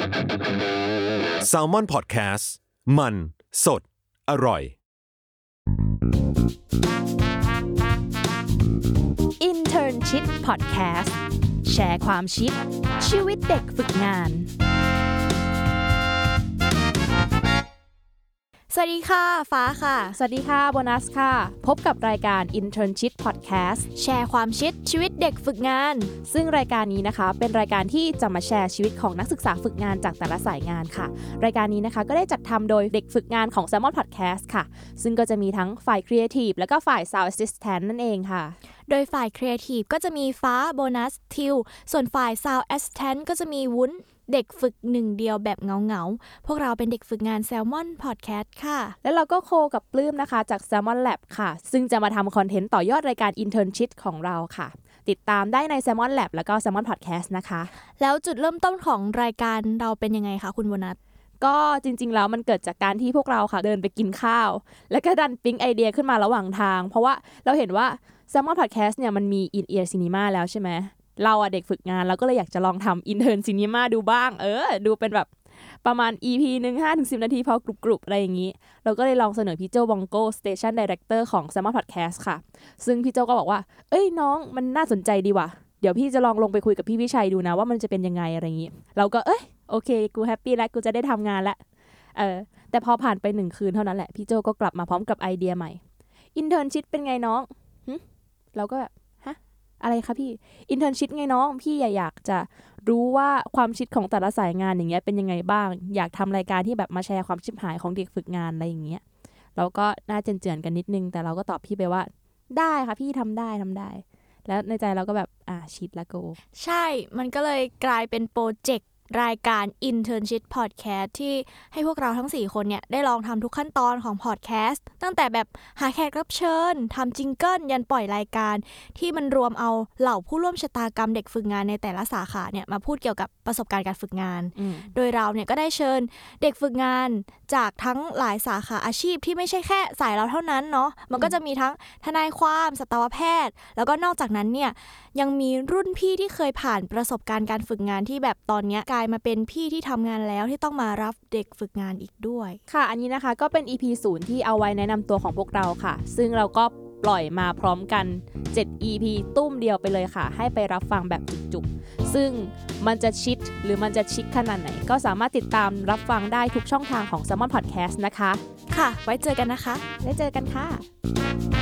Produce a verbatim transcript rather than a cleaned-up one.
Salmon Podcast มันสดอร่อย Internship Podcast แชร์ความชิปชีวิตเด็กฝึกงานสวัสดีค่ะฟ้าค่ะสวัสดีค่ะโบนัสค่ะพบกับรายการ Internship Podcast แชร์ความชิดชีวิตเด็กฝึกงานซึ่งรายการนี้นะคะเป็นรายการที่จะมาแชร์ชีวิตของนักศึกษาฝึกงานจากแต่ละสายงานค่ะรายการนี้นะคะก็ได้จัดทำโดยเด็กฝึกงานของ Salmon Podcast ค่ะซึ่งก็จะมีทั้งฝ่าย Creative แล้วก็ฝ่าย Sound Assistant นั่นเองค่ะโดยฝ่าย Creative ก็จะมีฟ้าโบนัสทิวส่วนฝ่าย Sound Assistant ก็จะมีวุ้นเด็กฝึกหนึ่งเดียวแบบเงาๆพวกเราเป็นเด็กฝึกงาน Salmon Podcast ค่ะแล้วเราก็โคกับปลื้มนะคะจาก Salmon Lab ค่ะซึ่งจะมาทำคอนเทนต์ต่อยอดรายการ Internship ของเราค่ะติดตามได้ใน Salmon Lab แล้วก็ Salmon Podcast นะคะแล้วจุดเริ่มต้นของรายการเราเป็นยังไงคะคุณโบนัสก็จริงๆแล้วมันเกิดจากการที่พวกเราค่ะเดินไปกินข้าวแล้วก็ดันปิ๊งไอเดียขึ้นมาระหว่างทางเพราะว่าเราเห็นว่า Salmon Podcast เนี่ยมันมี In-Ear Cinema แล้วใช่ไหมเราอะเด็กฝึกงานเราก็เลยอยากจะลองทำ Intern Cinema ดูบ้างเออดูเป็นแบบประมาณ อี พี นึง ห้าถึงสิบ นาทีพอกรุบๆอะไรอย่างนี้เราก็เลยลองเสนอพี่โจบองโก Station Director ของ Salmon Podcast ค่ะซึ่งพี่โจก็บอกว่าเอ้ยน้องมันน่าสนใจดีว่ะเดี๋ยวพี่จะลองลงไปคุยกับพี่วิชัยดูนะว่ามันจะเป็นยังไงอะไรอย่างนี้เราก็เอ้ยโอเคกูแฮปปี้แล้วกูจะได้ทำงานแล้วเออแต่พอผ่านไปหนึ่งคืนเท่านั้นแหละพี่โจก็กลับมาพร้อมกับไอเดียใหม่ Internship เป็นไงน้องหึเราก็แบบอะไรคะพี่ Internship ไงน้องพี่อยากจะรู้ว่าความชิดของแต่ละสายงานอย่างเงี้ยเป็นยังไงบ้างอยากทำรายการที่แบบมาแชร์ความชิบหายของเด็กฝึกงานอะไรอย่างเงี้ยเราก็น่าเจือนๆกันนิดนึงแต่เราก็ตอบพี่ไปว่าได้ค่ะพี่ทำได้ทำได้แล้วในใจเราก็แบบอ่าชิดละโกใช่มันก็เลยกลายเป็นโปรเจกต์รายการ Internship Podcast ที่ให้พวกเราทั้งสี่คนเนี่ยได้ลองทำทุกขั้นตอนของ Podcast ตั้งแต่แบบหาแขกรับเชิญทำจิงเกิลยันปล่อยรายการที่มันรวมเอาเหล่าผู้ร่วมชะตากรรมเด็กฝึกงานในแต่ละสาขาเนี่ยมาพูดเกี่ยวกับประสบการณ์การฝึกงานโดยเราเนี่ยก็ได้เชิญเด็กฝึกงานจากทั้งหลายสาขาอาชีพที่ไม่ใช่แค่สายเราเท่านั้นเนาะมันก็จะมีทั้งทนายความสัตวแพทย์แล้วก็นอกจากนั้นเนี่ยยังมีรุ่นพี่ที่เคยผ่านประสบการณ์การฝึกงานที่แบบตอนนี้กลายมาเป็นพี่ที่ทำงานแล้วที่ต้องมารับเด็กฝึกงานอีกด้วยค่ะอันนี้นะคะก็เป็น อี พี ศูนย์ที่เอาไว้แนะนำตัวของพวกเราค่ะซึ่งเราก็ปล่อยมาพร้อมกันเจ็ด อี พี ตุ้มเดียวไปเลยค่ะให้ไปรับฟังแบบจุกๆซึ่งมันจะชิดหรือมันจะชิคขนาดไหนก็สามารถติดตามรับฟังได้ทุกช่องทางของ Salmon Podcast นะคะค่ะไว้เจอกันนะคะไว้เจอกันค่ะ